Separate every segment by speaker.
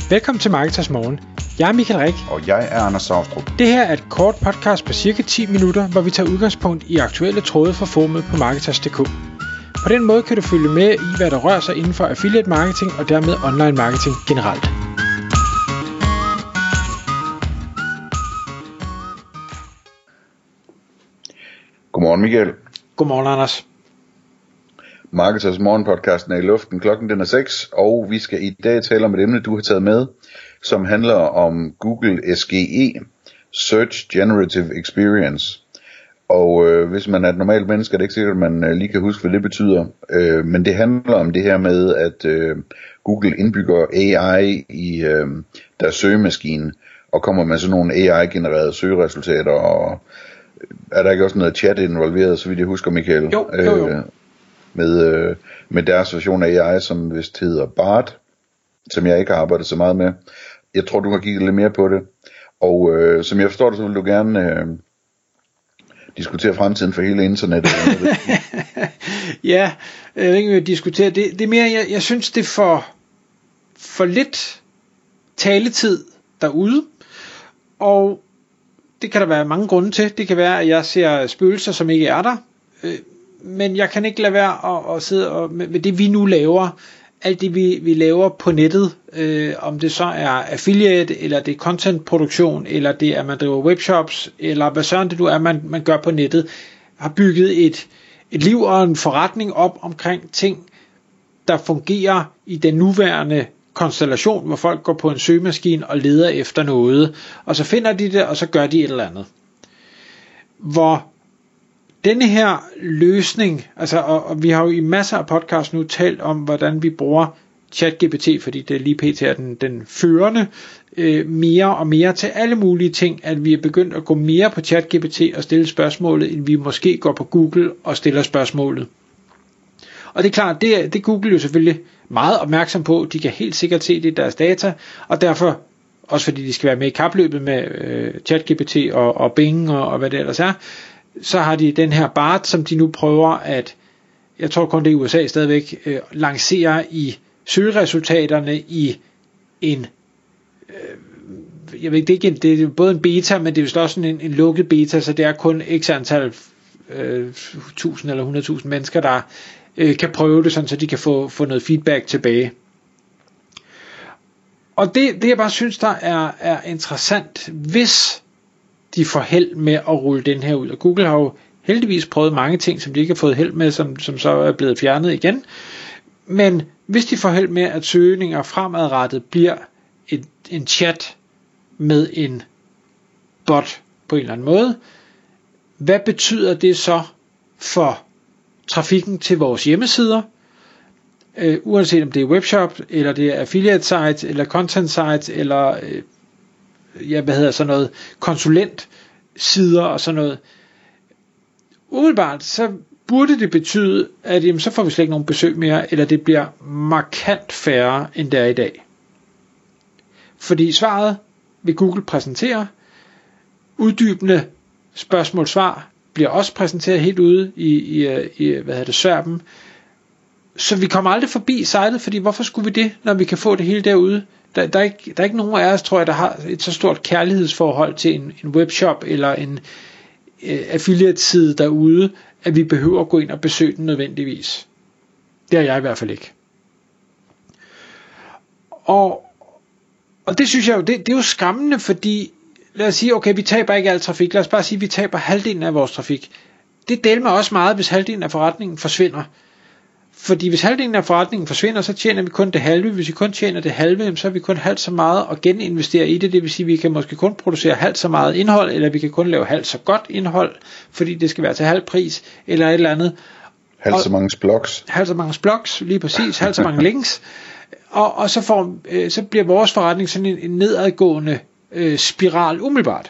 Speaker 1: Velkommen til Marketers Morgen. Jeg er Michael Rik.
Speaker 2: Og jeg er Anders Saustrup.
Speaker 1: Det her er et kort podcast på cirka 10 minutter, hvor vi tager udgangspunkt i aktuelle tråde fra forumet på Marketers.dk. På den måde kan du følge med i, hvad der rører sig inden for affiliate marketing og dermed online marketing generelt.
Speaker 2: Godmorgen Michael.
Speaker 1: Godmorgen Anders.
Speaker 2: Marketers Morgen-podcasten er i luften. Klokken den er 6, og vi skal i dag tale om et emne, du har taget med, som handler om Google SGE, Search Generative Experience. Og hvis man er et normalt menneske, er det ikke sikkert, at man lige kan huske, hvad det betyder. Men det handler om det her med, at Google indbygger AI i deres søgemaskine, og kommer med sådan nogle AI-genererede søgeresultater, og er der ikke også noget chat involveret, så vidt jeg husker, Michael?
Speaker 1: Jo.
Speaker 2: Med deres version af AI, som vist hedder BART, som jeg ikke har arbejdet så meget med. Jeg tror, du har kigget lidt mere på det. Og som jeg forstår det, så vil du gerne diskutere fremtiden for hele internettet.
Speaker 1: Ja, jeg ved ikke, vi diskutere. Det er mere, jeg synes, det er for lidt taletid derude. Og det kan der være mange grunde til. Det kan være, at jeg ser spøgelser, som ikke er der. Men jeg kan ikke lade være at sidde og med det vi nu laver, alt det vi laver på nettet, om det så er affiliate, eller det er contentproduktion, eller det er man driver webshops, eller hvad sådan det nu er, man gør på nettet, har bygget et liv og en forretning op omkring ting, der fungerer i den nuværende konstellation, hvor folk går på en søgemaskine og leder efter noget, og så finder de det, og så gør de et eller andet. Hvor denne her løsning, altså, og vi har jo i masser af podcasts nu talt om, hvordan vi bruger ChatGPT, fordi det lige pt. Er den førende, mere og mere til alle mulige ting, at vi er begyndt at gå mere på ChatGPT og stille spørgsmålet, end vi måske går på Google og stiller spørgsmålet. Og det er klart, det er Google jo selvfølgelig meget opmærksom på. De kan helt sikkert se det i deres data, og derfor, også fordi de skal være med i kapløbet med ChatGPT og Bing og hvad det ellers er, så har de den her BART, som de nu prøver at, jeg tror kun det er USA stadigvæk, lancere i søgeresultaterne i en, jeg ved ikke, det er både en beta, men det er vist også en lukket beta, så det er kun x antal 1000 eller 100.000 mennesker, der kan prøve det, sådan, så de kan få noget feedback tilbage. Og det jeg bare synes, der er interessant, hvis de får held med at rulle den her ud. Og Google har jo heldigvis prøvet mange ting, som de ikke har fået held med, som så er blevet fjernet igen. Men hvis de får held med, at søgninger fremadrettet bliver en chat med en bot på en eller anden måde, hvad betyder det så for trafikken til vores hjemmesider? Uanset om det er webshop, eller det er affiliate sites, eller content sites, eller sådan noget konsulentsider og sådan noget. Umiddelbart så burde det betyde, at jamen, så får vi slet ikke nogen besøg mere, eller det bliver markant færre, end det er i dag. Fordi svaret vil Google præsentere, uddybende spørgsmål-svar bliver også præsenteret helt ude i SERP'en. Så vi kommer aldrig forbi sitet, fordi hvorfor skulle vi det, når vi kan få det hele derude? Der er ikke nogen af os, tror jeg, der har et så stort kærlighedsforhold til en webshop eller en affiliate-side derude, at vi behøver at gå ind og besøge den nødvendigvis. Det har jeg i hvert fald ikke. Og det synes jeg jo, det er jo skræmmende, fordi lad os sige, okay, vi taber ikke al trafik. Lad os bare sige, at vi taber halvdelen af vores trafik. Det deler mig også meget, hvis halvdelen af forretningen forsvinder. Fordi hvis halvdelen af forretningen forsvinder, så tjener vi kun det halve. Hvis vi kun tjener det halve, så har vi kun halvt så meget at geninvestere i det. Det vil sige, at vi kan måske kun producere halvt så meget indhold, eller vi kan kun lave halvt så godt indhold, fordi det skal være til halv pris, eller et eller andet.
Speaker 2: Halvt så mange blogs.
Speaker 1: Halvt så mange blogs, lige præcis. Halvt så mange links. Og så bliver vores forretning sådan en nedadgående spiral umiddelbart.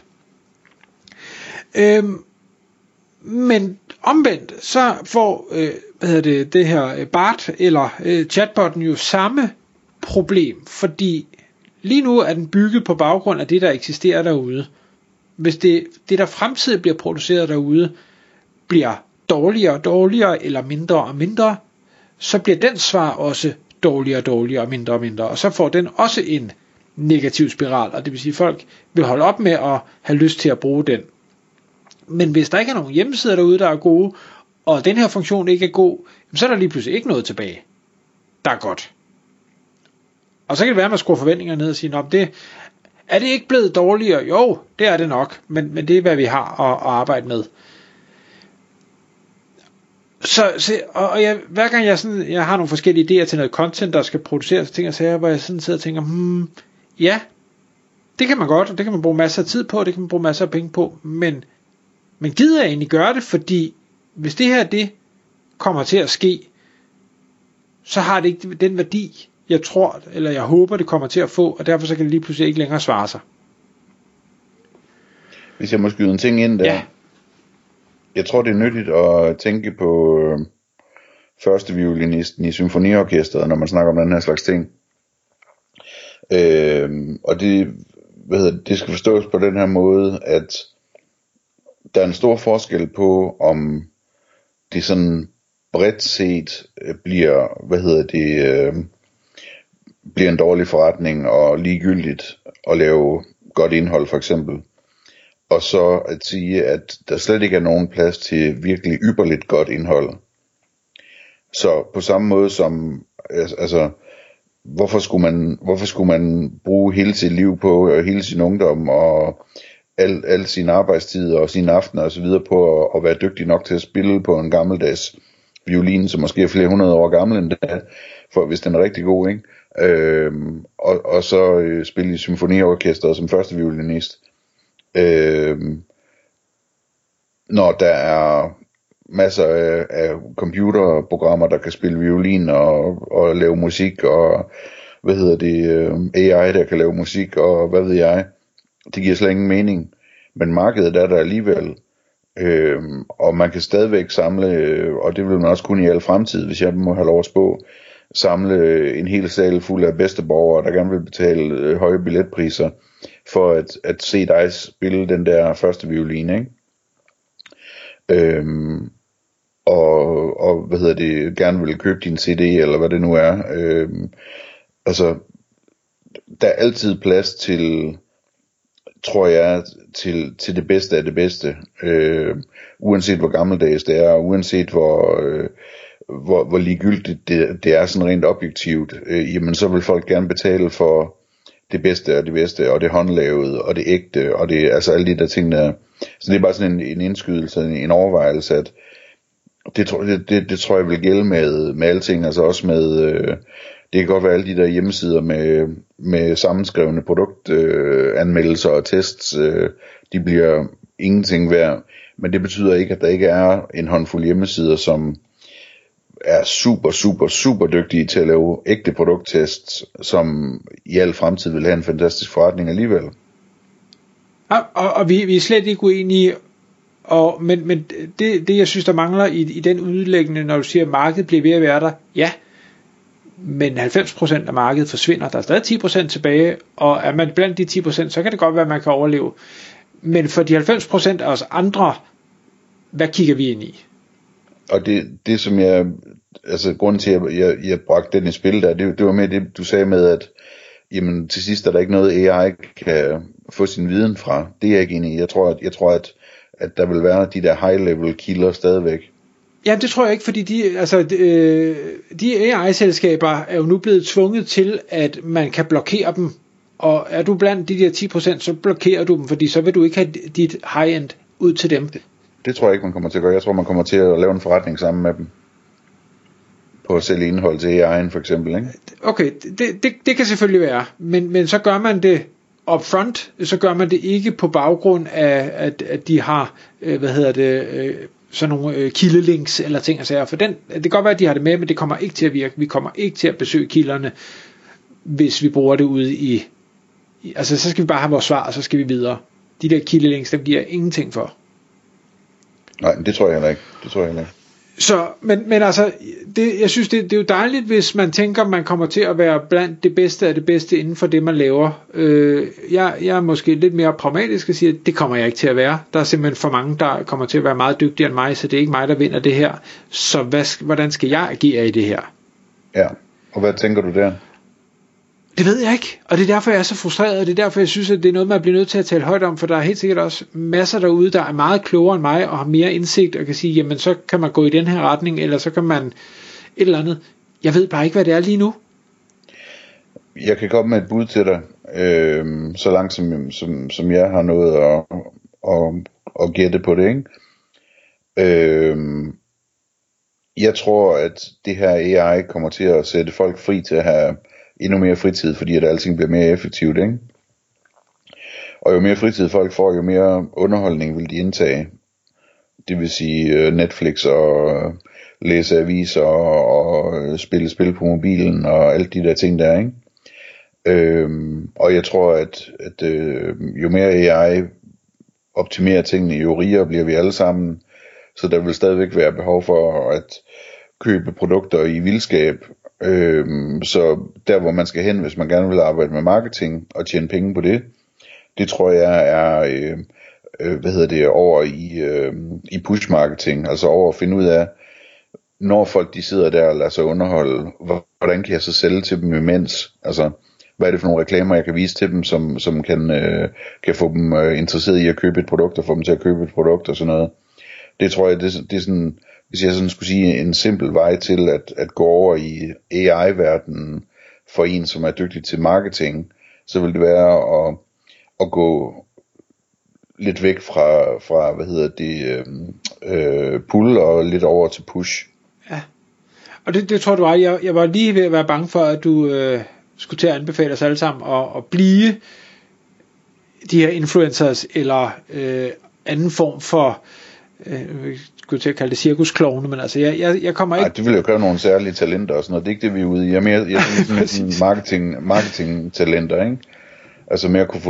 Speaker 1: Men omvendt, så får det her BART eller chatbotten jo samme problem, fordi lige nu er den bygget på baggrund af det, der eksisterer derude. Hvis det der fremtidigt bliver produceret derude, bliver dårligere og dårligere, eller mindre og mindre, så bliver den svar også dårligere og dårligere og mindre og mindre, og så får den også negativ spiral, og det vil sige, at folk vil holde op med at have lyst til at bruge den. Men hvis der ikke er nogen hjemmesider derude, der er gode, og den her funktion ikke er god, så er der lige pludselig ikke noget tilbage, der er godt. Og så kan det være, at man skruer forventningerne ned og siger, er det ikke blevet dårligere? Jo, det er det nok, men det er, hvad vi har at arbejde med. Hver gang jeg har nogle forskellige idéer til noget content, der skal produceres, ting og sager, hvor jeg sådan sidder og tænker, ja, det kan man godt, og det kan man bruge masser af tid på, og det kan man bruge masser af penge på, men gider jeg egentlig gøre det, fordi hvis det her, det kommer til at ske, så har det ikke den værdi, jeg tror, eller jeg håber, det kommer til at få, og derfor så kan det lige pludselig ikke længere svare sig.
Speaker 2: Hvis jeg må skyde en ting ind der. Ja. Jeg tror, det er nyttigt at tænke på første violinisten i symfoniorkestret, når man snakker om den her slags ting. Og det skal forstås på den her måde, at der er en stor forskel på, om det sådan bredt set bliver, bliver en dårlig forretning og ligegyldigt at lave godt indhold for eksempel. Og så at sige, at der slet ikke er nogen plads til virkelig ypperligt godt indhold. Så på samme måde som, altså, hvorfor skulle man bruge hele sit liv på, og hele sin ungdom, og al sin arbejdstid, og sine aftener og så videre på, at være dygtig nok til at spille på en gammeldags violin, som måske er flere hundrede år gammel end det, for hvis den er rigtig god, ikke? Og så spille i symfoniorkestret som første violinist. Når der er masser af computerprogrammer, der kan spille violin og lave musik, og AI, der kan lave musik, og hvad ved jeg, det giver slet ingen mening. Men markedet er der alligevel, og man kan stadigvæk samle, og det vil man også kunne i al fremtid, hvis jeg må have lov at spå, samle en hel sal fuld af bedsteborgere, der gerne vil betale høje billetpriser for at se dig spille den der første violin, ikke? Og gerne vil købe din CD, eller hvad det nu er. Altså, der er altid plads til, tror jeg, til det bedste af det bedste. Uanset hvor gammeldags det er, uanset hvor ligegyldigt det er sådan rent objektivt, jamen så vil folk gerne betale for det bedste og det bedste, og det håndlavede, og det ægte, og det, altså alle de der ting der. Så det er bare sådan en indskydelse, en overvejelse, at det tror jeg vil gælde med alting, altså også med, det kan godt være alle de der hjemmesider med sammenskrevne produktanmeldelser og tests, de bliver ingenting værd, men det betyder ikke, at der ikke er en håndfuld hjemmesider, som er super, super, super dygtige til at lave ægte produkttests, som i al fremtid vil have en fantastisk forretning alligevel.
Speaker 1: Og vi er slet ikke uenige, men det jeg synes der mangler i den udlæggende, når du siger at markedet bliver ved at være der, ja, men 90% af markedet forsvinder, der er stadig 10% tilbage, og er man blandt de 10%, så kan det godt være at man kan overleve, men for de 90% af os andre, hvad kigger vi ind i?
Speaker 2: Og det som grunden til at jeg bragte den i spil der, det var med det du sagde med, at jamen til sidst er der ikke noget AI kan få sin viden fra. Det er jeg ikke enig i. Jeg tror at der vil være de der high level kilder stadigvæk.
Speaker 1: Ja, det tror jeg ikke, fordi de AI-selskaber er jo nu blevet tvunget til, at man kan blokere dem. Og er du blandt de der 10%, så blokerer du dem, fordi så vil du ikke have dit high-end ud til dem.
Speaker 2: Det tror jeg ikke, man kommer til at gøre. Jeg tror, man kommer til at lave en forretning sammen med dem. På at sælge indhold til AI'en for eksempel, ikke? Okay,
Speaker 1: det kan selvfølgelig være. Men så gør man det upfront, så gør man det ikke på baggrund af, at de har, sådan nogle kildelinks eller ting og sager. For det kan godt være, at de har det med, men det kommer ikke til at virke. Vi kommer ikke til at besøge kilderne, hvis vi bruger det ude i altså så skal vi bare have vores svar, og så skal vi videre. De der kildelinks, dem giver ingenting for.
Speaker 2: Nej, det tror jeg heller ikke.
Speaker 1: Så, men altså, jeg synes, det er jo dejligt, hvis man tænker, man kommer til at være blandt det bedste af det bedste inden for det, man laver. Jeg er måske lidt mere pragmatisk og siger, at det kommer jeg ikke til at være. Der er simpelthen for mange, der kommer til at være meget dygtigere end mig, så det er ikke mig, der vinder det her. Så hvordan skal jeg agere i det her?
Speaker 2: Ja, og hvad tænker du der?
Speaker 1: Det ved jeg ikke, og det er derfor jeg er så frustreret, og det er derfor jeg synes at det er noget man bliver nødt til at tale højt om, for der er helt sikkert også masser derude der er meget klogere end mig og har mere indsigt og kan sige, jamen så kan man gå i den her retning, eller så kan man et eller andet. Jeg ved bare ikke hvad det er lige nu.
Speaker 2: Jeg kan komme med et bud til dig, så langt som jeg har nået at gætte på det, ikke? Jeg tror at det her AI kommer til at sætte folk fri til at have endnu mere fritid, fordi at alting bliver mere effektivt, ikke? Og jo mere fritid folk får, jo mere underholdning vil de indtage. Det vil sige Netflix og læse aviser og spille spil på mobilen og alt de der ting der, ikke? Og jeg tror at jo mere AI optimerer tingene, jo rigere bliver vi alle sammen. Så der vil stadigvæk være behov for at købe produkter i vildskab. Så der hvor man skal hen, hvis man gerne vil arbejde med marketing og tjene penge på det tror jeg er over i push marketing, altså over at finde ud af, når folk de sidder der og lader sig underholde, hvordan kan jeg så sælge til dem imens, altså hvad er det for nogle reklamer jeg kan vise til dem, som kan få dem interesseret i at købe et produkt og få dem til at købe et produkt og sådan noget. Det tror jeg, det er sådan, hvis jeg sådan skulle sige en simpel vej til at gå over i AI-verdenen for en, som er dygtig til marketing, så vil det være at gå lidt væk fra pull og lidt over til push.
Speaker 1: Ja, og det tror du var, jeg var lige ved at være bange for, at du skulle til at anbefale os alle sammen at blive de her influencers, eller anden form for skulle til at kalde det cirkusklovne, men altså jeg kommer ikke...
Speaker 2: Nej, det vil jo kræve nogle særlige talenter og sådan noget, det er ikke det vi er ude i. Jeg er sådan marketing talenter, ikke? Altså med at kunne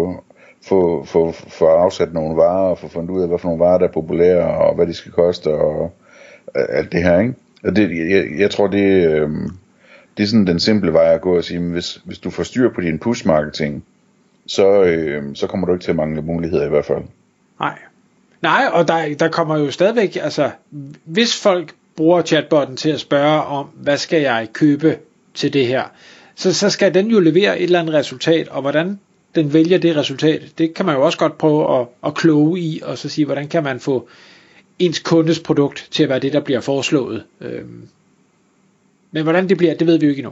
Speaker 2: få afsat nogle varer og få fundet ud af, hvad for nogle varer der er populære og hvad de skal koste og alt det her, ikke? Og det, jeg tror det er sådan den simple vej at gå og sige, hvis du får styr på din push marketing, så kommer du ikke til at mangle muligheder i hvert fald.
Speaker 1: Nej, og der kommer jo stadigvæk, altså hvis folk bruger chatbotten til at spørge om, hvad skal jeg købe til det her, så skal den jo levere et eller andet resultat, og hvordan den vælger det resultat, det kan man jo også godt prøve at kloge i, og så sige, hvordan kan man få ens kundes produkt til at være det, der bliver foreslået. Men hvordan det bliver, det ved vi jo ikke endnu.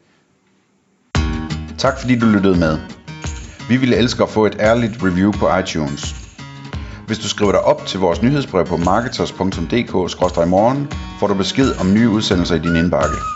Speaker 2: Tak fordi du lyttede med. Vi ville elske at få et ærligt review på iTunes. Hvis du skriver dig op til vores nyhedsbrev på marketers.dk/morgen, får du besked om nye udsendelser i din indbakke.